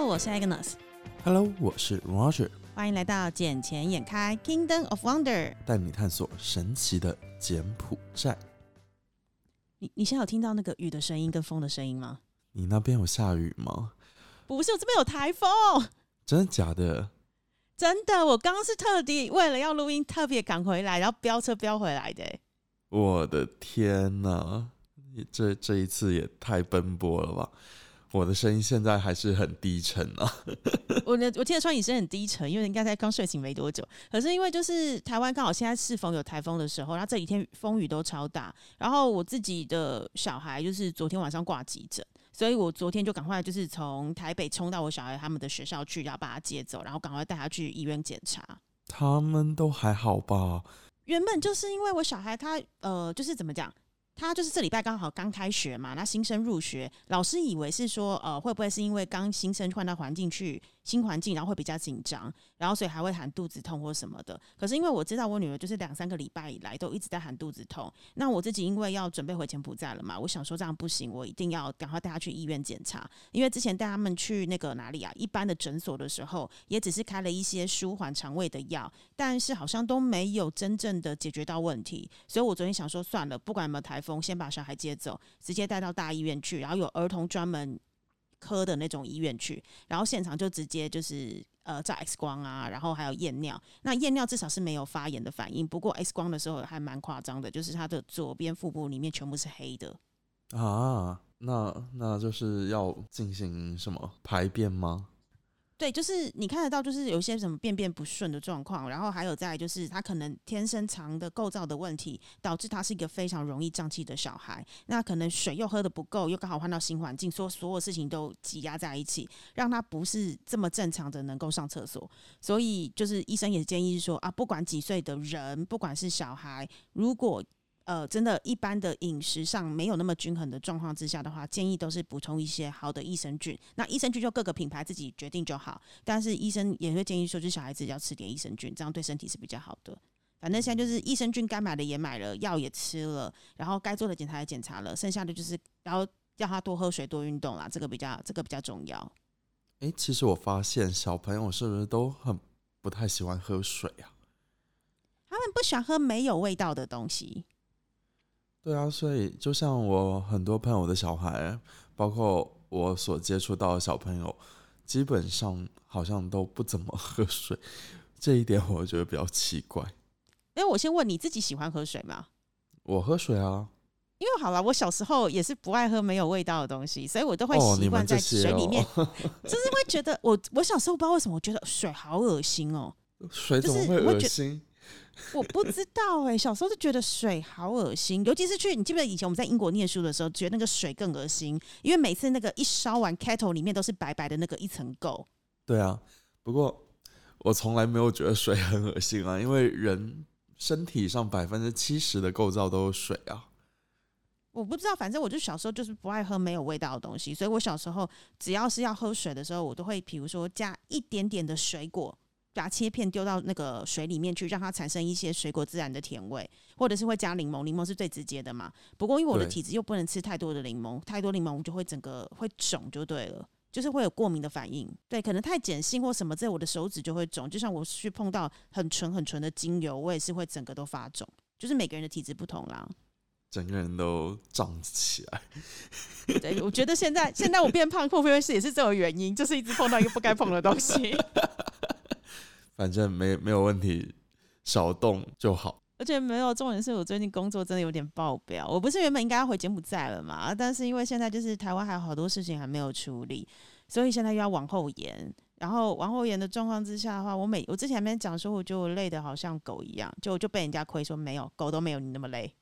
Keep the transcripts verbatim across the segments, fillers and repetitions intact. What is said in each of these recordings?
我是 Agnes。 Hello， 我是 Roger。 欢迎来到捡钱眼开 Kingdom of Wonder， 带你探索神奇的柬埔寨。 你你现在有听到那个雨的声音跟风的声音吗？ 你那边有下雨吗？ 不是，我这边有台风。 真的假的？ 真的，我刚刚是特地为了要录音特别赶回来，然后飙车飙回来的。 我的天哪，这这一次也太奔波了吧！我的声音现在还是很低沉啊。 我的我听得出来你声音很低沉，因为应该才刚睡醒没多久。可是因为就是台湾刚好现在适逢有台风的时候，然后这几天风雨都超大，然后我自己的小孩就是昨天晚上挂急诊，所以我昨天就赶快就是从台北冲到我小孩他们的学校去，然后把他接走，然后赶快带他去医院检查。 他们都还好吧？ 原本就是因为我小孩他呃，就是怎么讲，他就是这礼拜刚好刚开学嘛，那新生入学，老师以为是说呃，会不会是因为刚新生换到环境去新环境，然后会比较紧张，然后所以还会喊肚子痛或什么的。可是因为我知道我女儿就是两三个礼拜以来都一直在喊肚子痛，那我自己因为要准备回柬埔寨了嘛，我想说这样不行，我一定要赶快带她去医院检查。因为之前带他们去那个哪里啊，一般的诊所的时候，也只是开了一些舒缓肠胃的药，但是好像都没有真正的解决到问题。所以我昨天想说算了，不管有没有台风，先把小孩接走，直接带到大医院去，然后有儿童专门科的那种医院去，然后现场就直接就是呃照 X 光啊，然后还有验尿。那验尿至少是没有发炎的反应，不过 X 光的时候还蛮夸张的，就是他的左边腹部里面全部是黑的啊。那那就是要进行什么排便吗？ 对，就是你看得到，就是有一些什么便便不顺的状况，然后还有再来就是他可能天生肠的构造的问题，导致他是一个非常容易胀气的小孩。那可能水又喝的不够，又刚好换到新环境，所所有事情都挤压在一起，让他不是这么正常的能够上厕所。所以就是医生也建议是说啊，不管几岁的人，不管是小孩，如果呃，真的，一般的饮食上没有那么均衡的状况之下的话，建议都是补充一些好的益生菌。那益生菌就各个品牌自己决定就好，但是医生也会建议说，就是小孩子要吃点益生菌，这样对身体是比较好的。反正现在就是益生菌该买的也买了，药也吃了，然后该做的检查也检查了，剩下的就是然后要他多喝水、多运动啦，这个比较这个比较重要。 欸，其实我发现小朋友是不是都很不太喜欢喝水啊？ 他们不喜欢喝没有味道的东西。 对啊，所以就像我很多朋友的小孩，包括我所接触到的小朋友，基本上好像都不怎么喝水，这一点我觉得比较奇怪。 因为我先问你自己喜欢喝水吗？ 我喝水啊， 因为好了，我小时候也是不爱喝没有味道的东西，所以我都会习惯在水里面，哦哦、就是会觉得我我小时候不知道为什么，我觉得水好恶心哦。 水怎么会恶心？ 我不知道哎、欸，小时候就觉得水好恶心，尤其是去你记不记得以前我们在英国念书的时候，觉得那个水更恶心，因为每次那个一烧完 kettle 里面都是白白的那个一层垢。 对啊，不过我从来没有觉得水很恶心啊，因为人身体上百分之七十的构造都是水啊。 我不知道，反正我就小时候就是不爱喝没有味道的东西，所以我小时候只要是要喝水的时候，我都会比如说加一点点的水果。把它切片丢到那个水里面去，让它产生一些水果自然的甜味，或者是会加柠檬，柠檬是最直接的嘛。不过因为我的体质又不能吃太多的柠檬，太多柠檬我就会整个会肿就对了，就是会有过敏的反应。对，可能太碱性或什么之类，我的手指就会肿。就像我去碰到很纯很纯的精油，我也是会整个都发肿。就是每个人的体质不同啦， 整个人都胀起来。 对，我觉得现在现在我变胖，会不会是也是这种原因？就是一直碰到一个不该碰的东西。 反正没没有问题，少动就好。 而且没有，重点是我最近工作真的有点爆表。我不是原本应该要回柬埔寨了嘛，但是因为现在就是台湾还有好多事情还没有处理，所以现在又要往后延。然后往后延的状况之下的话，我每我之前还没讲说，我觉得我累得好像狗一样，就就被人家亏说没有，狗都没有你那么累。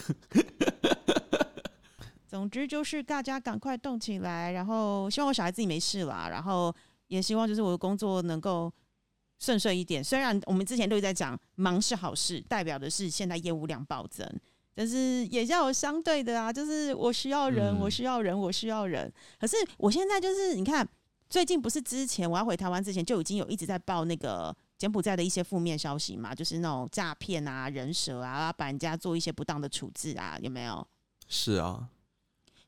总之就是大家赶快动起来，然后希望我小孩自己没事啦，然后也希望就是我的工作能够顺遂一点。虽然我们之前都在讲忙是好事，代表的是现在业务量暴增，但是也要有相对的啊，就是我需要人、嗯、我需要人我需要人。可是我现在就是你看最近不是之前我要回台湾之前就已经有一直在报那个柬埔寨的一些负面消息嘛，就是那种诈骗啊、人蛇啊，把人家做一些不当的处置啊，有没有？ 是啊，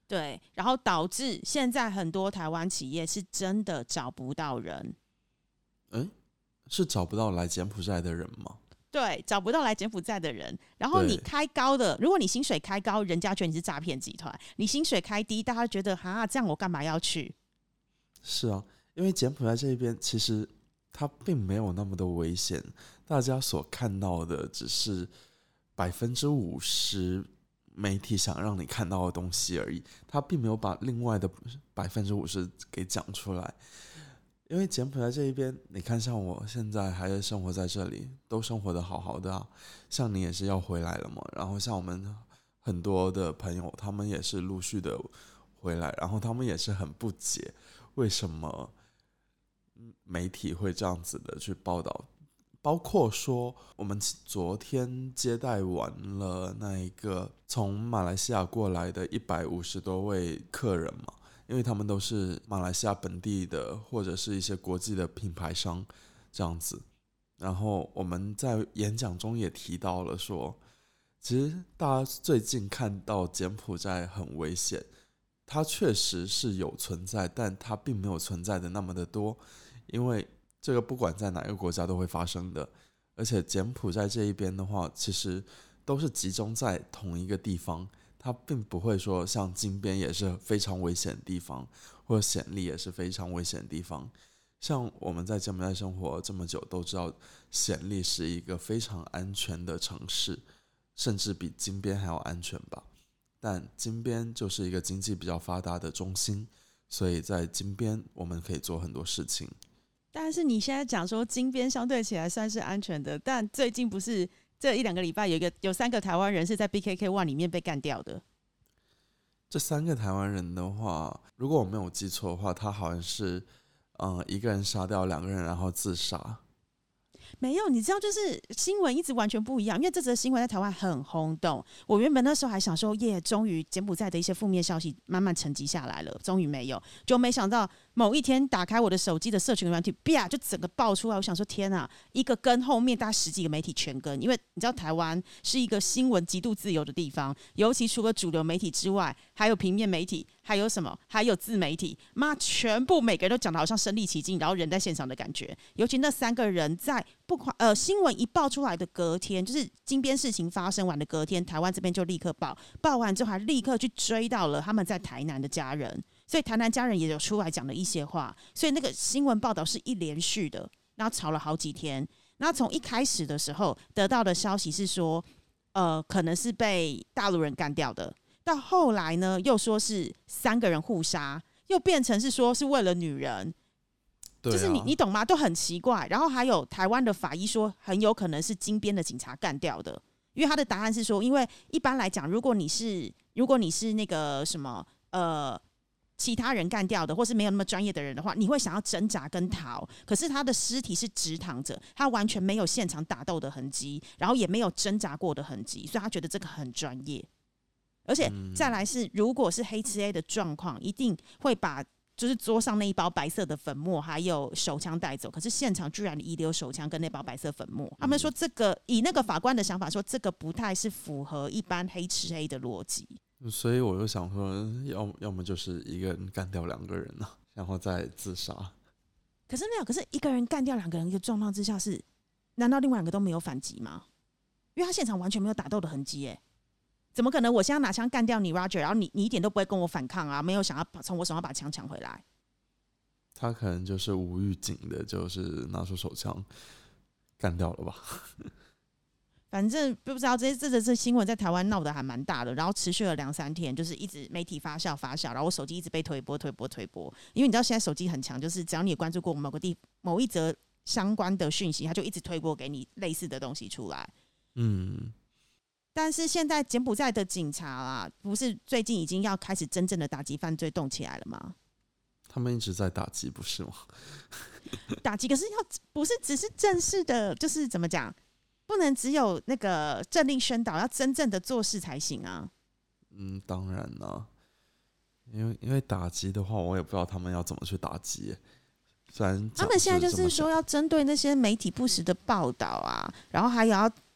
对，然后导致现在很多台湾企业是真的找不到人。 嗯，是找不到来柬埔寨的人吗？ 对，找不到来柬埔寨的人，然后你开高的，如果你薪水开高，人家觉得你是诈骗集团；你薪水开低，大家觉得哈，这样我干嘛要去？ 是啊，因为柬埔寨这边其实它并没有那么的危险，大家所看到的只是百分之五十媒体想让你看到的东西而已，它并没有把另外的百分之五十给讲出来。因为柬埔寨这一边，你看像我现在还是生活在这里，都生活的好好的啊。像你也是要回来了嘛，然后像我们很多的朋友，他们也是陆续的回来，然后他们也是很不解为什么媒体会这样子的去报道。包括说我们昨天接待完了那一个从马来西亚过来的一百五十多位客人嘛，因为他们都是马来西亚本地的或者是一些国际的品牌商这样子。然后我们在演讲中也提到了说，其实大家最近看到柬埔寨很危险，它确实是有存在，但它并没有存在的那么的多，因为这个不管在哪个国家都会发生的。而且柬埔寨这一边的话，其实都是集中在同一个地方，它并不会说像金边也是非常危险的地方，或者暹粒也是非常危险的地方。像我们在柬埔寨生活这么久都知道，暹粒是一个非常安全的城市，甚至比金边还要安全吧。但金边就是一个经济比较发达的中心，所以在金边我们可以做很多事情。 但是你现在讲说金边相对起来算是安全的，但最近不是这一两个礼拜有一个有三个台湾人是在 B K K 一 里面被干掉的。 这三个台湾人的话，如果我没有记错的话，他好像是嗯一个人杀掉两个人，然后自杀。 没有，你知道，就是新闻一直完全不一样，因为这则新闻在台湾很轰动。我原本那时候还想说，耶，终于柬埔寨的一些负面消息慢慢沉积下来了，终于没有，就没想到某一天打开我的手机的社群软体，啪就整个爆出来。我想说，天啊，一个跟后面大概十几个媒体全跟，因为你知道台湾是一个新闻极度自由的地方，尤其除了主流媒体之外，还有平面媒体，还有什么，还有自媒体，妈，全部每个人都讲的好像身临其境，然后人在现场的感觉。尤其那三个人在不夸呃新闻一爆出来的隔天，就是金边事情发生完的隔天，台湾这边就立刻报，报完之后还立刻去追到了他们在台南的家人，所以台南家人也有出来讲了一些话，所以那个新闻报道是一连续的，然后吵了好几天。然后从一开始的时候得到的消息是说，呃，可能是被大陆人干掉的，到后来呢又说是三个人互杀，又变成是说是为了女人。 对啊、 就是你你懂吗？都很奇怪。然后还有台湾的法医说，很有可能是金边的警察干掉的，因为他的答案是说，因为一般来讲，如果你是如果你是那个什么呃其他人干掉的，或是没有那么专业的人的话，你会想要挣扎跟逃。可是他的尸体是直躺着，他完全没有现场打斗的痕迹，然后也没有挣扎过的痕迹，所以他觉得这个很专业。而且再来是，如果是黑吃 A 的状况，一定会把就是桌上那一包白色的粉末还有手枪带走，可是现场居然遗留手枪跟那包白色粉末。他们说这个以那个法官的想法说，这个不太是符合一般黑吃黑的逻辑。 所以我就想说，要要么就是一个人干掉两个人啊，然后再自杀。 可是没有，可是一个人干掉两个人的状况之下是，难道另外两个都没有反击吗？因为他现场完全没有打斗的痕迹耶。怎么可能？我现在拿枪干掉你 ，Roger， 然后你你一点都不会跟我反抗啊？没有想要从我手上把枪抢回来。 他可能就是无预警的，就是拿出手枪干掉了吧。 反正不知道这这这这新闻在台湾闹得还蛮大的，然后持续了两三天，就是一直媒体发酵发酵，然后我手机一直被推播推播推播。因为你知道现在手机很强，就是只要你有关注过某个地某一则相关的讯息，它就一直推播给你类似的东西出来。嗯。但是现在柬埔寨的警察啦，不是最近已经要开始真正的打击犯罪动起来了吗？ 他们一直在打击，不是吗？ 打击，可是要不是只是正式的，就是怎么讲，不能只有那个政令宣导，要真正的做事才行啊。 嗯，当然啦，因为因为打击的话，我也不知道他们要怎么去打击。虽然他们现在就是说要针对那些媒体不实的报道啊，然后还有要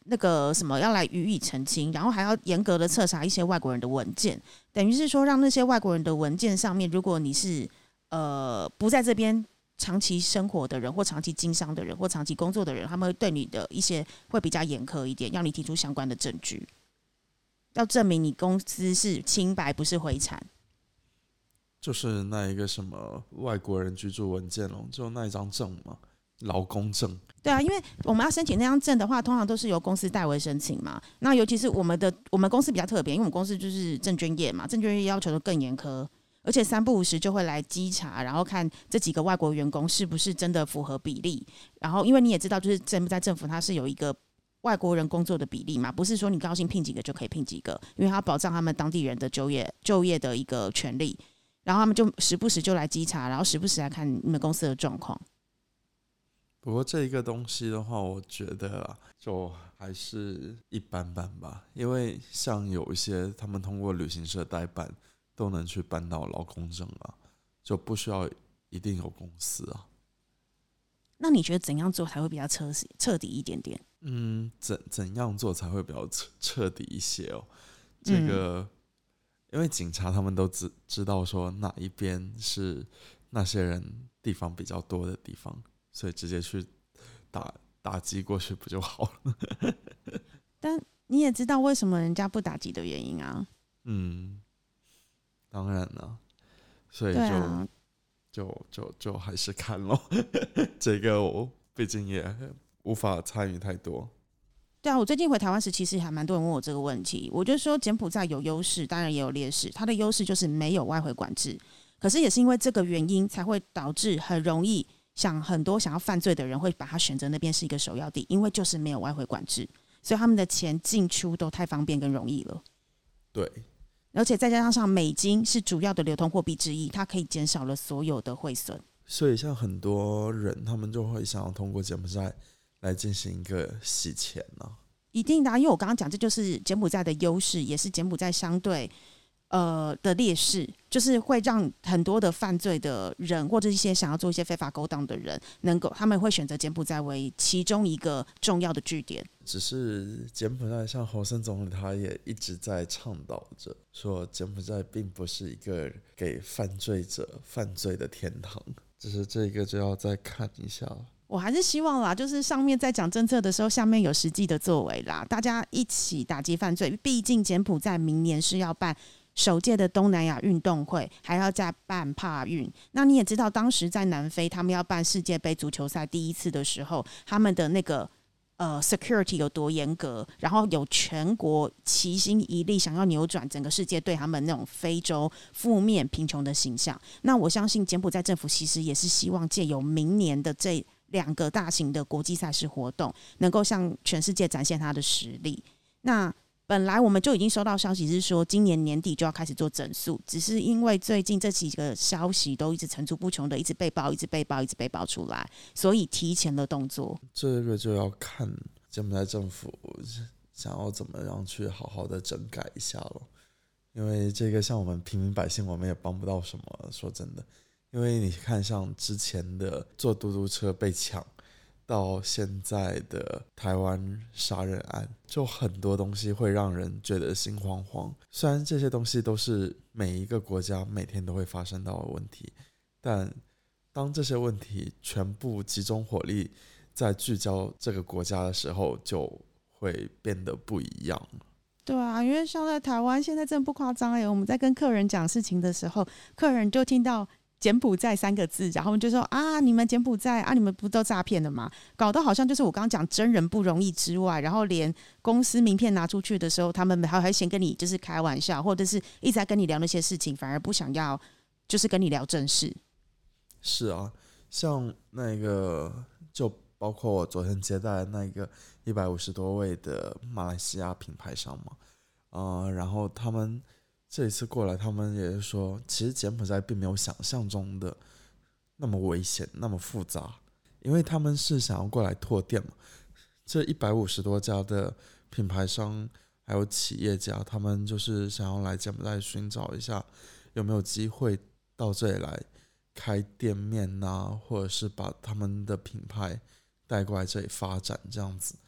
那个什么要来予以澄清，然后还要严格的彻查一些外国人的文件，等于是说让那些外国人的文件上面，如果你是呃不在这边长期生活的人，或长期经商的人，或长期工作的人，他们会对你的一些会比较严苛一点，要你提出相关的证据，要证明你公司是清白，不是灰产。 就是那一个什么外国人居住文件咯，就那一张证嘛，劳工证。 对啊，因为我们要申请那张证的话，通常都是由公司代为申请嘛。那尤其是我们的我们公司比较特别，因为我们公司就是证券业嘛，证券业要求的更严苛，而且三不五时就会来稽查，然后看这几个外国员工是不是真的符合比例。然后，因为你也知道，就是柬埔寨政府它是有一个外国人工作的比例嘛，不是说你高兴聘几个就可以聘几个，因为它要保障他们当地人的就业就业的一个权利。然后他们就时不时就来稽查，然后时不时来看你们公司的状况。 不过这一个东西的话，我觉得啊，就还是一般般吧。因为像有一些他们通过旅行社代办都能去办到劳工证啊，就不需要一定有公司啊。 那你觉得怎样做才会比较彻彻底一点点？ 嗯，怎怎样做才会比较彻彻底一些哦？这个。嗯，因为警察他们都 知, 知道说哪一边是那些人地方比较多的地方，所以直接去打打击过去不就好了？ 但你也知道为什么人家不打击的原因啊。 嗯，当然了，所以就、啊、就就就还是看咯。这个我毕竟也无法参与太多。 对啊，我最近回台湾时，其实还蛮多人问我这个问题。我就说柬埔寨有优势，当然也有劣势。它的优势就是没有外汇管制，可是也是因为这个原因，才会导致很容易想很多想要犯罪的人会把它选择那边是一个首要地，因为就是没有外汇管制，所以他们的钱进出都太方便跟容易了。 对， 而且再加上美金是主要的流通货币之一，它可以减少了所有的汇损。 所以像很多人，他们就会想要通过柬埔寨来进行一个洗钱啊。 一定的、啊，因为我刚刚讲，这就是柬埔寨的优势，也是柬埔寨相对呃的劣势，就是会让很多的犯罪的人或者一些想要做一些非法勾当的人，能够他们会选择柬埔寨为其中一个重要的据点。 只是柬埔寨像侯森总理他也一直在倡导着说，柬埔寨并不是一个给犯罪者犯罪的天堂，只是这个就要再看一下了。 我还是希望啦，就是上面在讲政策的时候，下面有实际的作为啦，大家一起打击犯罪。毕竟柬埔寨明年是要办首届的东南亚运动会，还要再办帕运。那你也知道，当时在南非他们要办世界杯足球赛第一次的时候，他们的那个呃 security 有多严格，然后有全国齐心一力想要扭转整个世界对他们那种非洲负面贫穷的形象。那我相信柬埔寨政府其实也是希望借由明年的这两个大型的国际赛事活动，能够向全世界展现它的实力。那本来我们就已经收到消息是说，今年年底就要开始做整肃，只是因为最近这几个消息都一直层出不穷的，一直被爆，一直被爆，一直被爆出来，所以提前了动作。 这个就要看柬埔寨政府想要怎么样去好好的整改一下了，因为这个像我们平民百姓，我们也帮不到什么。说真的。因为你看像之前的坐嘟嘟车被抢到现在的台湾杀人案，就很多东西会让人觉得心慌慌。虽然这些东西都是每一个国家每天都会发生到的问题，但当这些问题全部集中火力在聚焦这个国家的时候，就会变得不一样。 对啊，因为像在台湾现在真的不夸张哎，我们在跟客人讲事情的时候，客人就听到柬埔寨三个字，然后就说啊，你们柬埔寨啊，你们不都诈骗了吗？搞得好像就是我刚刚讲真人不容易之外，然后连公司名片拿出去的时候，他们还还先跟你就是开玩笑，或者是一直在跟你聊那些事情，反而不想要就是跟你聊正事。 是啊，像那个就包括我昨天接待的那个一百五十多位的马来西亚品牌商嘛，呃，然后他们这一次过来，他们也是说，其实柬埔寨并没有想象中的那么危险、那么复杂，因为他们是想要过来拓店嘛。这一百五十多家的品牌商还有企业家，他们就是想要来柬埔寨寻找一下有没有机会到这里来开店面啊，或者是把他们的品牌带过来这里发展这样子。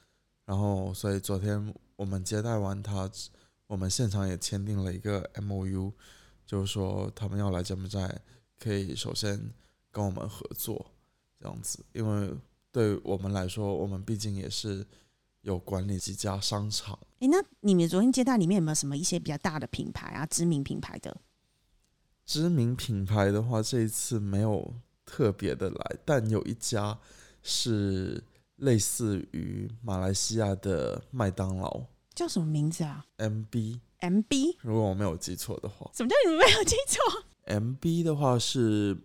然后所以昨天我们接待完他，我们现场也签订了一个 M O U， 就是说他们要来柬埔寨可以首先跟我们合作这样子，因为对我们来说，我们毕竟也是有管理几家商场。 诶，那你们昨天接待里面有没有什么一些比较大的品牌啊，知名品牌的？ 知名品牌的话，这一次没有特别的来，但有一家是类似于马来西亚的麦当劳， 叫什么名字啊 ？M B M B， 如果我没有记错的话。 什么叫你们没有记错 M B 的话是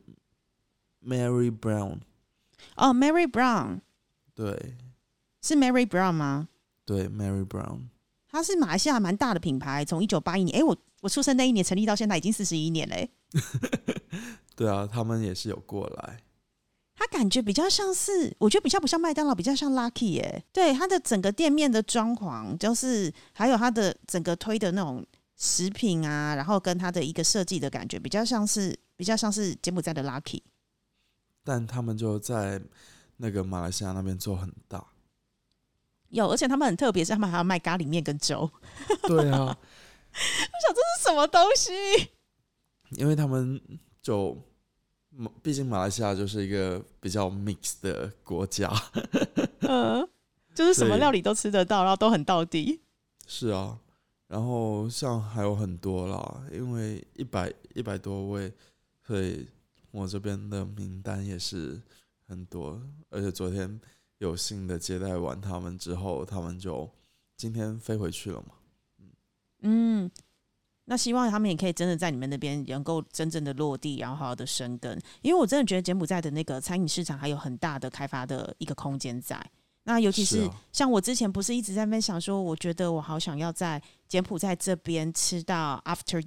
Mary Brown。 哦 Mary Brown， 对是 Mary Brown 吗？ 对 Mary Brown， 它是马来西亚蛮大的品牌，从一九八一年，哎，我我出生那一年成立到现在已经四十一年嘞。 对啊，他们也是有过来。 它感觉比较像是，我觉得比较不像麦当劳，比较像 Lucky 耶。对，它的整个店面的装潢，就是还有它的整个推的那种食品啊，然后跟它的一个设计的感觉，比较像是比较像是柬埔寨的 Lucky。 但他们就在那个马来西亚那边做很大。 有，而且他们很特别，是他们还要卖咖喱面跟粥。 对啊， 我想这是什么东西？ 因为他们就毕竟马来西亚就是一个比较 mix 的国家。 嗯，就是什么料理都吃得到，然后都很道地。 是啊，然后像还有很多啦，因为一百一百多位，所以我这边的名单也是很多，而且昨天有幸的接待完他们之后，他们就今天飞回去了嘛。 嗯，那希望他们也可以真的在你们那边能够真正的落地，然后好好的生根。因为我真的觉得柬埔寨的那个餐饮市场还有很大的开发的一个空间在。那尤其是像我之前不是一直在那边想说，我觉得我好想要在柬埔寨这边吃到 After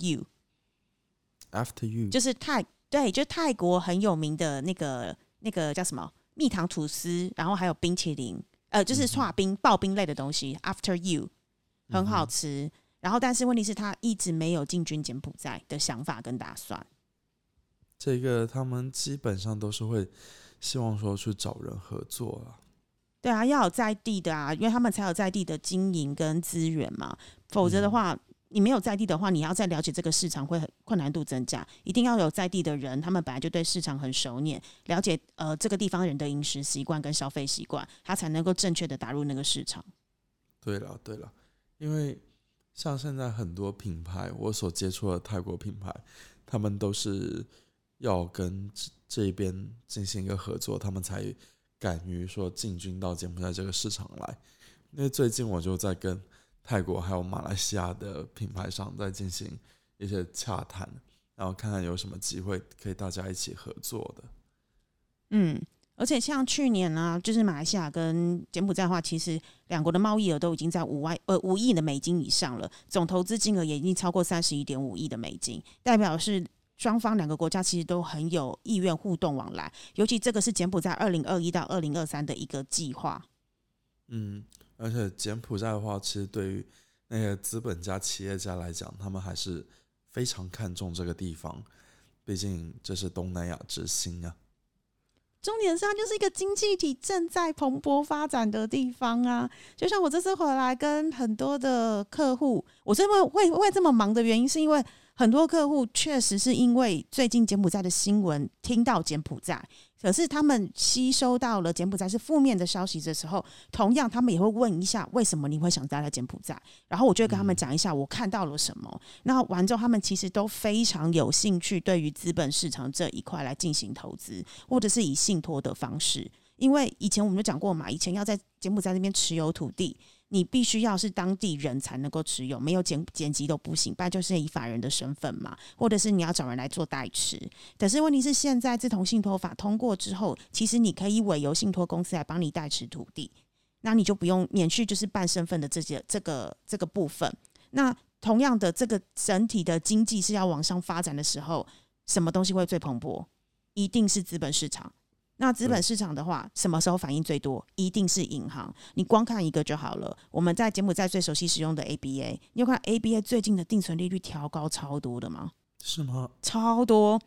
You，After You 就是泰对，就是泰国很有名的那个那个叫什么蜜糖吐司，然后还有冰淇淋，呃，就是刨冰、刨冰类的东西 ，After You 很好吃。嗯，然后，但是问题是，他一直没有进军柬埔寨的想法跟打算。 这个他们基本上都是会希望说去找人合作啦。 对啊，要有在地的啊，因为他们才有在地的经营跟资源嘛。否则的话，嗯，你没有在地的话，你要再了解这个市场会很困难度增加。一定要有在地的人，他们本来就对市场很熟稔，了解呃这个地方人的饮食习惯跟消费习惯，他才能够正确的打入那个市场。 对了对了，因为像现在很多品牌，我所接触的泰国品牌，他们都是要跟这边进行一个合作，他们才敢于说进军到柬埔寨这个市场来。因为最近我就在跟泰国还有马来西亚的品牌商在进行一些洽谈，然后看看有什么机会可以大家一起合作的。 嗯，而且像去年啊，就是马来西亚跟柬埔寨的话，其实两国的贸易额都已经在五万呃五亿的美金以上了，总投资金额也已经超过三十一点五亿的美金，代表是双方两个国家其实都很有意愿互动往来。尤其这个是柬埔寨二零二一到二零二三的一个计划。 嗯，而且柬埔寨的话，其实对于那个资本家、企业家来讲，他们还是非常看重这个地方，毕竟这是东南亚之星啊。 重点是它就是一个经济体正在蓬勃发展的地方啊！就像我这次回来跟很多的客户，我这会会会这么忙的原因，是因为很多客户确实是因为最近柬埔寨的新闻听到柬埔寨，可是他们吸收到了柬埔寨是负面的消息的时候，同样他们也会问一下为什么你会想待在柬埔寨，然后我就会跟他们讲一下我看到了什么。那完之后他们其实都非常有兴趣对于资本市场这一块来进行投资，或者是以信托的方式。因为以前我们就讲过嘛，以前要在柬埔寨那边持有土地，你必须要是当地人才能够持有，没有减减籍都不行，不然就是以法人的身份嘛，或者是你要找人来做代持。可是问题是现在自从信托法通过之后，其实你可以委由信托公司来帮你代持土地，那你就不用免去就是办身份的这些这个这个部分。那同样的，这个整体的经济是要往上发展的时候，什么东西会最蓬勃？一定是资本市场。那资本市场的话，什么时候反应最多？一定是银行。你光看一个就好了。我们在柬埔寨最熟悉使用的 A B A， 你有看 A B A 最近的定存利率调高超多的吗？ 是吗？ 超多。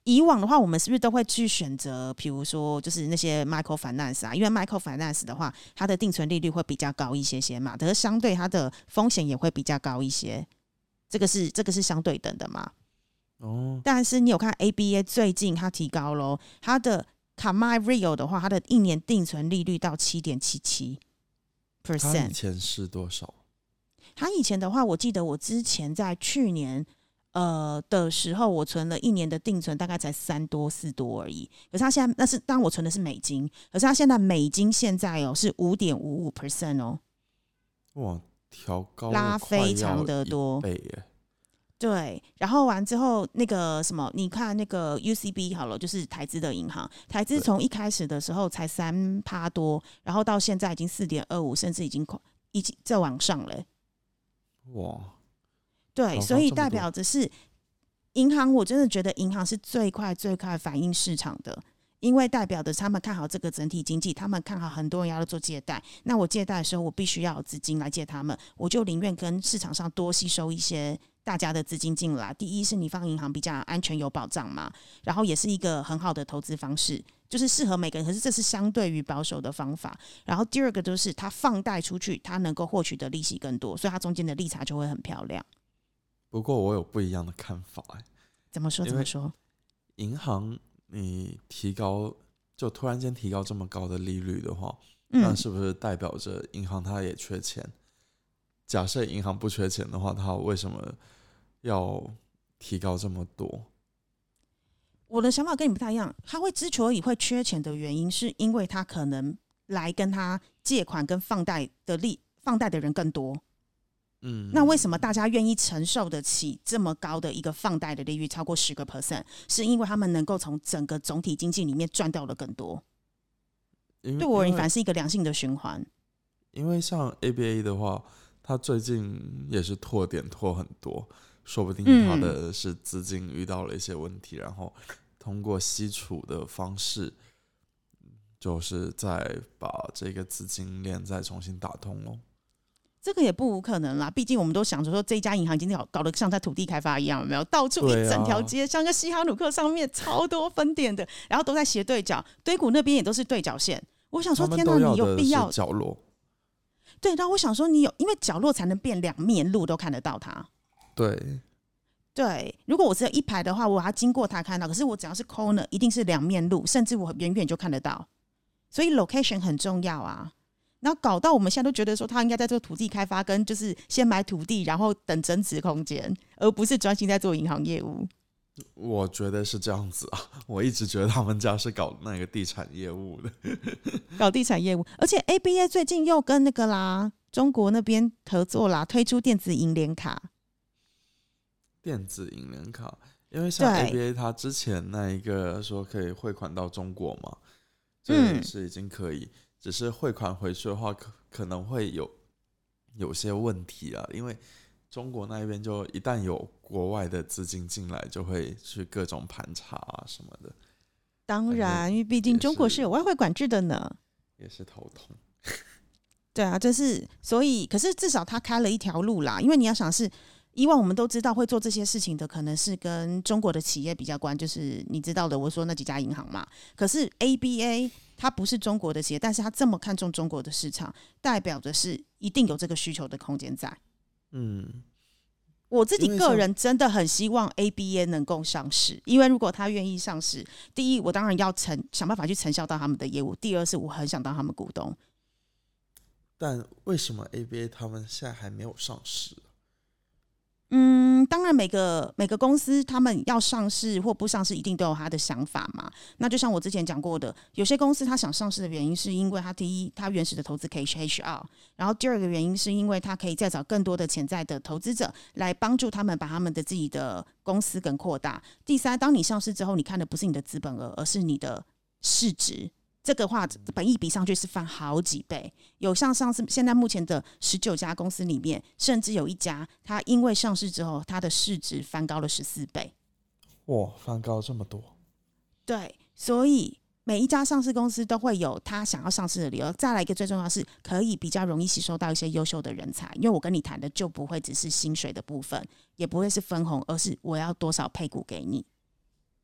以往的话，我们是不是都会去选择，比如说就是那些 microfinance 啊？因为 microfinance 的话，它的定存利率会比较高一些些嘛，可是相对它的风险也会比较高一些，这个是这个是相对等的嘛。哦，但是你有看 A B A 最近它提高咯，它的 Kamai Real 的话，它的一年定存利率到 七点七七 percent。 它以前是多少？ 它以前的话，我记得我之前在去年。呃的时候，我存了一年的定存，大概才三多四多而已。可是他现在那是当然我存的是美金，可是他现在美金现在哦是五点五五 percent 哦， 哇，调高拉非常的多， 倍耶。 对，然后完之后那个什么，你看那个 U C B 好了，就是台资的银行，台资从一开始的时候才三趴多，然后到现在已经四点二五，甚至已经已经在往上了。哇！对，所以代表着是银行，我真的觉得银行是最快最快反映市场的，因为代表着他们看好这个整体经济，他们看好很多人要做借贷，那我借贷的时候，我必须要有资金来借他们，我就宁愿跟市场上多吸收一些大家的资金进来。第一是你放银行比较安全有保障嘛，然后也是一个很好的投资方式，就是适合每个人，可是这是相对于保守的方法。然后第二个就是他放贷出去，他能够获取的利息更多，所以他中间的利差就会很漂亮。 不过我有不一样的看法、欸， 怎么说？怎么说？ 银行你提高，就突然间提高这么高的利率的话，嗯、那是不是代表着银行它也缺钱？假设银行不缺钱的话，它为什么要提高这么多？ 我的想法跟你不太一样，他会之所以会缺钱的原因，是因为他可能来跟他借款跟放贷的利放贷的人更多。嗯，那为什么大家愿意承受得起这么高的一个放贷的利率超过十个 percent？ 是因为他们能够从整个总体经济里面赚到了更多。对我而言，反而是一个良性的循环。 因为像 A B A 的话，它最近也是拓点拓很多，说不定它的是资金遇到了一些问题，嗯、然后通过吸储的方式，就是再把这个资金链再重新打通咯。 这个也不无可能啦，毕竟我们都想着说，这一家银行已经搞搞得像在土地开发一样，有没有？到处一整条街，啊、像个西哈努克上面超多分店的，然后都在斜对角，堆谷那边也都是对角线。我想说，天哪，你有必要角落？ 对，然后我想说，你有，因为角落才能变两面路都看得到它。 对对，如果我只有一排的话，我还经过它看到，可是我只要是 corner， 一定是两面路，甚至我远远就看得到。所以 location 很重要啊。然后搞到我们现在都觉得说，他应该在做土地开发，跟就是先买土地，然后等增值空间，而不是专心在做银行业务。 我觉得是这样子啊，我一直觉得他们家是搞那个地产业务的， 搞地产业务，而且 A B A 最近又跟那个啦，中国那边合作啦，推出电子银联卡。 电子银联卡，因为像 A B A 它之前那一个说可以汇款到中国嘛，这是已经可以。嗯，只是汇款回去的话可，可能会有有些问题啊，因为中国那边就一旦有国外的资金进来，就会去各种盘查啊什么的。 当然，因为毕竟中国是有外汇管制的呢， 也是头痛。 对啊，就是所以，可是至少他开了一条路啦，因为你要想是。以往我们都知道会做这些事情的可能是跟中国的企业比较关，就是你知道的我说那几家银行嘛。可是 A B A 它不是中国的企业，但是它这么看重中国的市场，代表的是一定有这个需求的空间在。嗯，我自己个人真的很希望 A B A 能够上市，因为如果他愿意上市，第一我当然要承想办法去承销到他们的业务，第二是我很想当他们股东。 但为什么 A B A 他们现在还没有上市？ 嗯，当然每个每个公司他们要上市或不上市一定都有他的想法嘛。那就像我之前讲过的，有些公司他想上市的原因是因为他第一他原始的投资可以去 H R， 然后第二个原因是因为他可以再找更多的潜在的投资者来帮助他们把他们的自己的公司更扩大。第三，当你上市之后，你看的不是你的资本额，而是你的市值。这个话本益比上去是翻好几倍，有像上市现在目前的十九家公司里面，甚至有一家它因为上市之后，它的市值翻高了十四倍。 哇，翻高这么多！ 对，所以每一家上市公司都会有他想要上市的理由。再来一个最重要的是，可以比较容易吸收到一些优秀的人才，因为我跟你谈的就不会只是薪水的部分，也不会是分红，而是我要多少配股给你。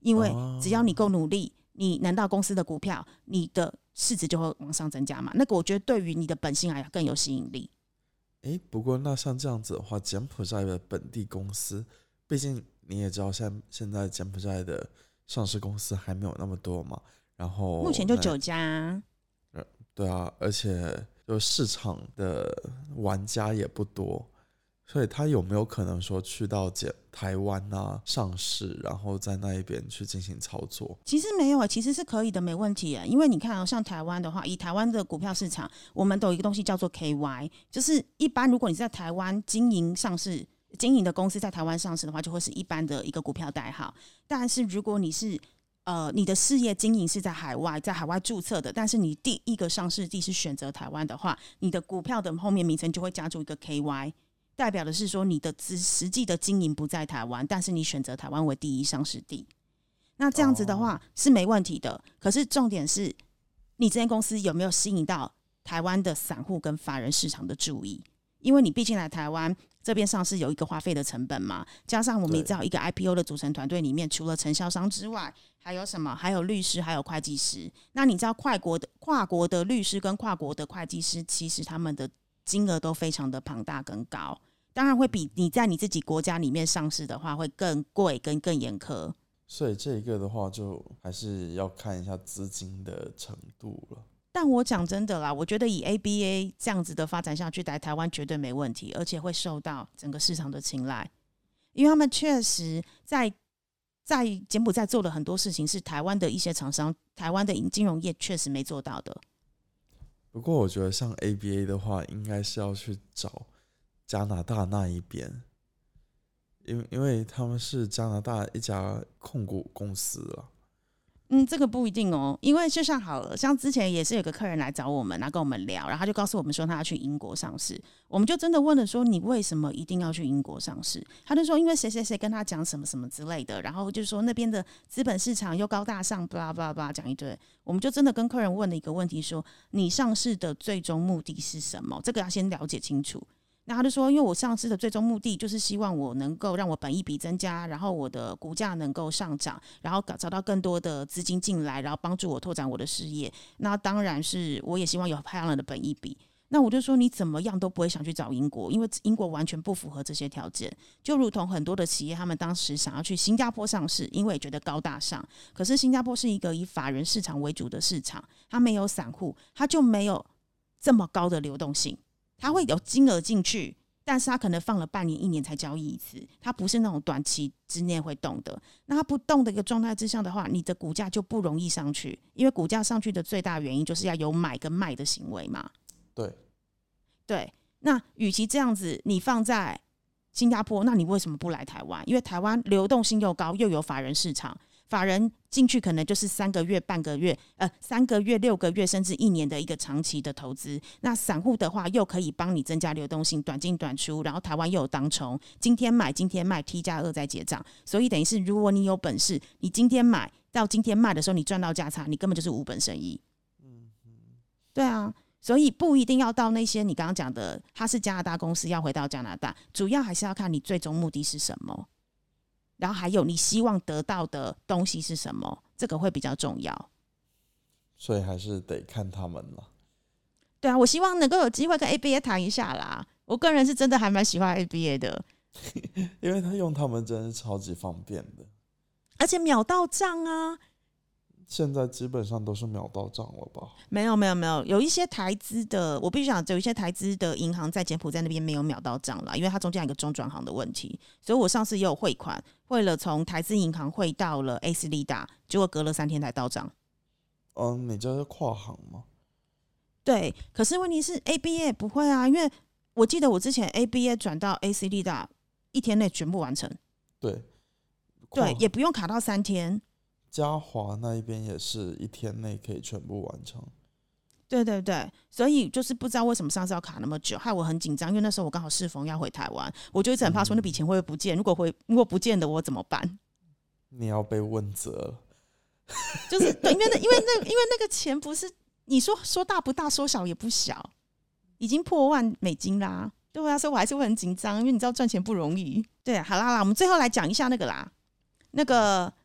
因为只要你够努力，你拿到公司的股票，你的市值就会往上增加嘛。那个我觉得对于你的本薪来讲更有吸引力。 诶，不过那像这样子的话，柬埔寨的本地公司，毕竟你也知道现在现在柬埔寨的上市公司还没有那么多嘛，然后目前就九家、啊、 对啊，而且就市场的玩家也不多，所以他有没有可能说去到台湾啊上市，然后在那一边去进行操作？ 其实没有，其实是可以的，没问题。因为你看、哦、像台湾的话，以台湾的股票市场，我们都有一个东西叫做 K Y， 就是一般如果你在台湾经营上市经营的公司在台湾上市的话，就会是一般的一个股票代号。但是如果你是呃，你的事业经营是在海外，在海外注册的，但是你第一个上市地是选择台湾的话，你的股票的后面名称就会加注一个 K Y， 代表的是说你的实际的经营不在台湾，但是你选择台湾为第一上市地。那这样子的话是没问题的，可是重点是你这间公司有没有吸引到台湾的散户跟法人市场的注意？因为你毕竟来台湾这边上市有一个花费的成本嘛，加上我们也知道一个 I P O 的组成团队里面，除了承销商之外，还有什么？还有律师，还有会计师。那你知道跨国的跨国的律师跟跨国的会计师，其实他们的金额都非常的庞大跟高，当然会比你在你自己国家里面上市的话会更贵跟更严苛。 所以这一个的话，就还是要看一下资金的程度了。 但我讲真的啦，我觉得以 A B A 这样子的发展下去，来台湾绝对没问题，而且会受到整个市场的青睐，因为他们确实在在柬埔寨做了很多事情，是台湾的一些厂商、台湾的金融业确实没做到的。 不过我觉得像 A B A 的话，应该是要去找加拿大那一边，因为因为他们是加拿大一家控股公司了。 嗯，这个不一定哦，因为就像好了，像之前也是有个客人来找我们，然后跟我们聊，然后他就告诉我们说他要去英国上市，我们就真的问了说你为什么一定要去英国上市？他就说因为谁谁谁跟他讲什么什么之类的，然后就说那边的资本市场又高大上，巴拉巴拉巴拉讲一堆，我们就真的跟客人问了一个问题说，你上市的最终目的是什么？这个要先了解清楚。那他就说因为我上市的最终目的就是希望我能够让我本益比增加，然后我的股价能够上涨，然后找到更多的资金进来，然后帮助我拓展我的事业。那当然是我也希望有漂亮的本益比。那我就说你怎么样都不会想去找英国，因为英国完全不符合这些条件，就如同很多的企业他们当时想要去新加坡上市，因为觉得高大上，可是新加坡是一个以法人市场为主的市场，它没有散户，它就没有这么高的流动性，它会有金额进去，但是它可能放了半年一年才交易一次，它不是那种短期之内会动的。那它不动的一个状态之下的话，你的股价就不容易上去，因为股价上去的最大原因就是要有买跟卖的行为嘛。 对对，那与其这样子你放在新加坡，那你为什么不来台湾？因为台湾流动性又高，又有法人市场，法人进去可能就是三个月、半个月、呃三个月、六个月，甚至一年的一个长期的投资。那散户的话，又可以帮你增加流动性，短进短出。然后台湾又有当冲，今天买今天卖 ，T 加二再结账。所以等于是，如果你有本事，你今天买到今天卖的时候，你赚到价差，你根本就是无本生意。嗯嗯，对啊。所以不一定要到那些你刚刚讲的，它是加拿大公司要回到加拿大，主要还是要看你最终目的是什么。然后还有你希望得到的东西是什么，这个会比较重要。 所以还是得看他们了。 对啊，我希望能够有机会跟 A B A 谈一下啦。我个人是真的还蛮喜欢 A B A 的， 因为他用他们真的是超级方便的， 而且秒到账啊。 现在基本上都是秒到账了吧？ 没有没有没有，有一些台资的，我必须讲，有一些台资的银行在柬埔寨那边没有秒到账啦，因为它中间有一个中转行的问题，所以我上次也有汇款，汇了从台资银行汇到了 A C L D A， 结果隔了三天才到账。 嗯，你这是跨行吗？ 对，可是问题是 A B A 不会啊，因为我记得我之前 A B A 转到 A C L D A 一天内全部完成。 对， 对，也不用卡到三天。 嘉华那一边也是一天内可以全部完成。 对对对，所以就是不知道为什么上次要卡那么久，害我很紧张，因为那时候我刚好适逢要回台湾，我就一直很怕说那笔钱会不会不见，如果回如果不见的我怎么办？ 你要被问责了。 就是对，因为那因为那因为那个钱不是你说说大不大，说小也不小，已经破万美金啦。对啊，所以我还是会很紧张，因为你知道赚钱不容易。对啊，好啦啦，我们最后来讲一下那个啦，那个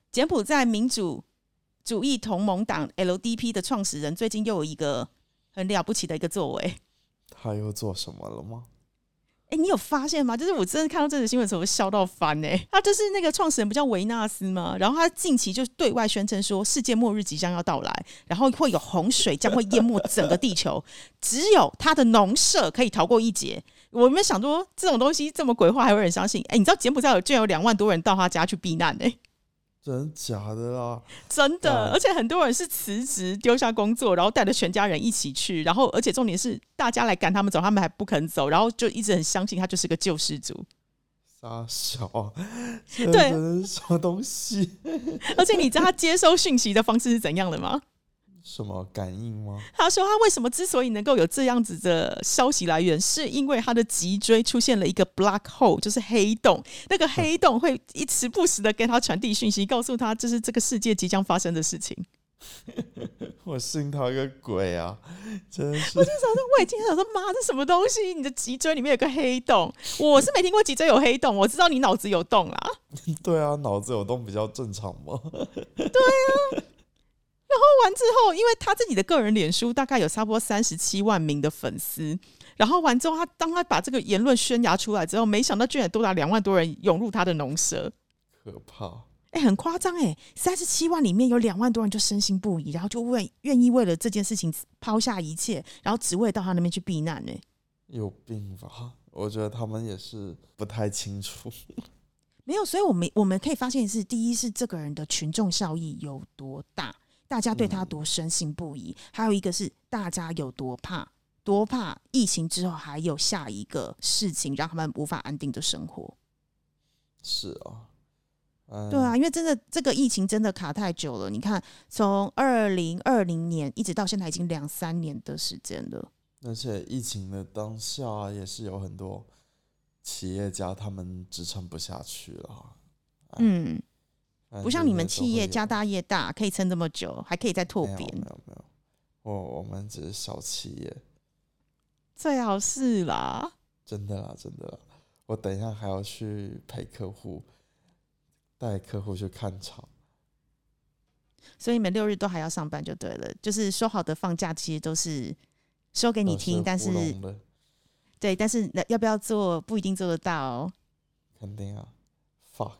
柬埔寨民主主义同盟党 L D P 的创始人最近又有一个很了不起的一个作为。 他又做什么了吗？ 哎、欸，你有发现吗？就是我真的看到这个新闻的时候，我笑到翻哎、欸！他就是那个创始人不叫维纳斯吗？然后他近期就对外宣称说，世界末日即将要到来，然后会有洪水将会淹没整个地球，只有他的农舍可以逃过一劫。我没有想说这种东西这么鬼话还有人相信。哎、欸，你知道柬埔寨有居然有两万多人到他家去避难哎、欸！ 真假的啦？ 真的，而且很多人是辞职丢下工作，然后带着全家人一起去，然后而且重点是大家来赶他们走，他们还不肯走，然后就一直很相信他就是个救世主。 傻小啊！对，这是什么东西？ 而且你知道他接收讯息的方式是怎样的吗？ 什么感应吗？ 他说他为什么之所以能够有这样子的消息来源，是因为他的脊椎出现了一个 black hole， 就是黑洞。那个黑洞会一时不时的给他传递讯息，告诉他这是这个世界即将发生的事情。 我信他个鬼啊！真是， 我就想说，我已经想说，妈，这什么东西？你的脊椎里面有个黑洞，我是没听过脊椎有黑洞，我知道你脑子有洞啦。 对啊，脑子有洞比较正常嘛。 对啊。然后完之后，因为他自己的个人脸书大概有差不多三十七万名的粉丝，然后完之后他当他把这个言论宣扬出来之后，没想到居然多达两万多人涌入他的农舍， 可怕！ 哎、欸，很夸张哎，三十七万里面有两万多人就深信不疑，然后就为愿意为了这件事情抛下一切，然后只为到他那边去避难哎， 有病吧？我觉得他们也是不太清楚。 没有，所以我们我们可以发现是，第一是这个人的群众效益有多大。大家对他多深信不疑、嗯、还有一个是大家有多怕多怕疫情之后还有下一个事情让他们无法安定的生活。 是啊，嗯、 对啊，因为真的这个疫情真的卡太久了，你看从二零二零年一直到现在已经两三年的时间了， 而且疫情的当下也是有很多企业家他们支撑不下去了。 嗯，不像你们企业家大业大，可以撑这么久，还可以再拓编。 没有没有，我我们只是小企业， 最好是啦。 真的啦，真的啦。我等一下还要去陪客户，带客户去看场。 所以你们六日都还要上班就对了，就是说好的放假其实都是说给你听，但是对，但是要不要做不一定做得到哦。 肯定啊。fuck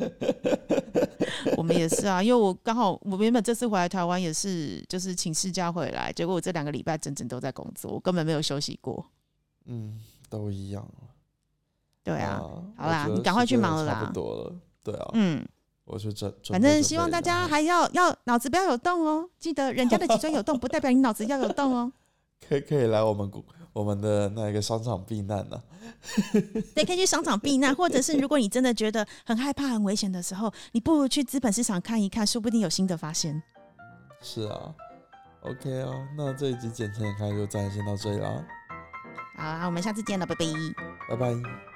我们也是啊，因为我刚好我原本这次回来台湾也是就是请事假回来，结果我这两个礼拜整整都在工作，我根本没有休息过。 嗯，都一样。 对啊， 啊好啦，你赶快去忙了啦。 差不多了，对啊， 嗯， 我去准， 反正希望大家还要要脑子不要有洞哦，记得人家的脊椎有洞，不代表你脑子要有洞哦。 可以可以来我们我们的那个商场避难啊。 对，可以去商场避难，或者是如果你真的觉得很害怕、很危险的时候，你不如去资本市场看一看，说不定有新的发现。 是啊 ，OK 啊，那这一集简单开就暂时先到这里啦。 好，我们下次见了，拜拜， 拜拜。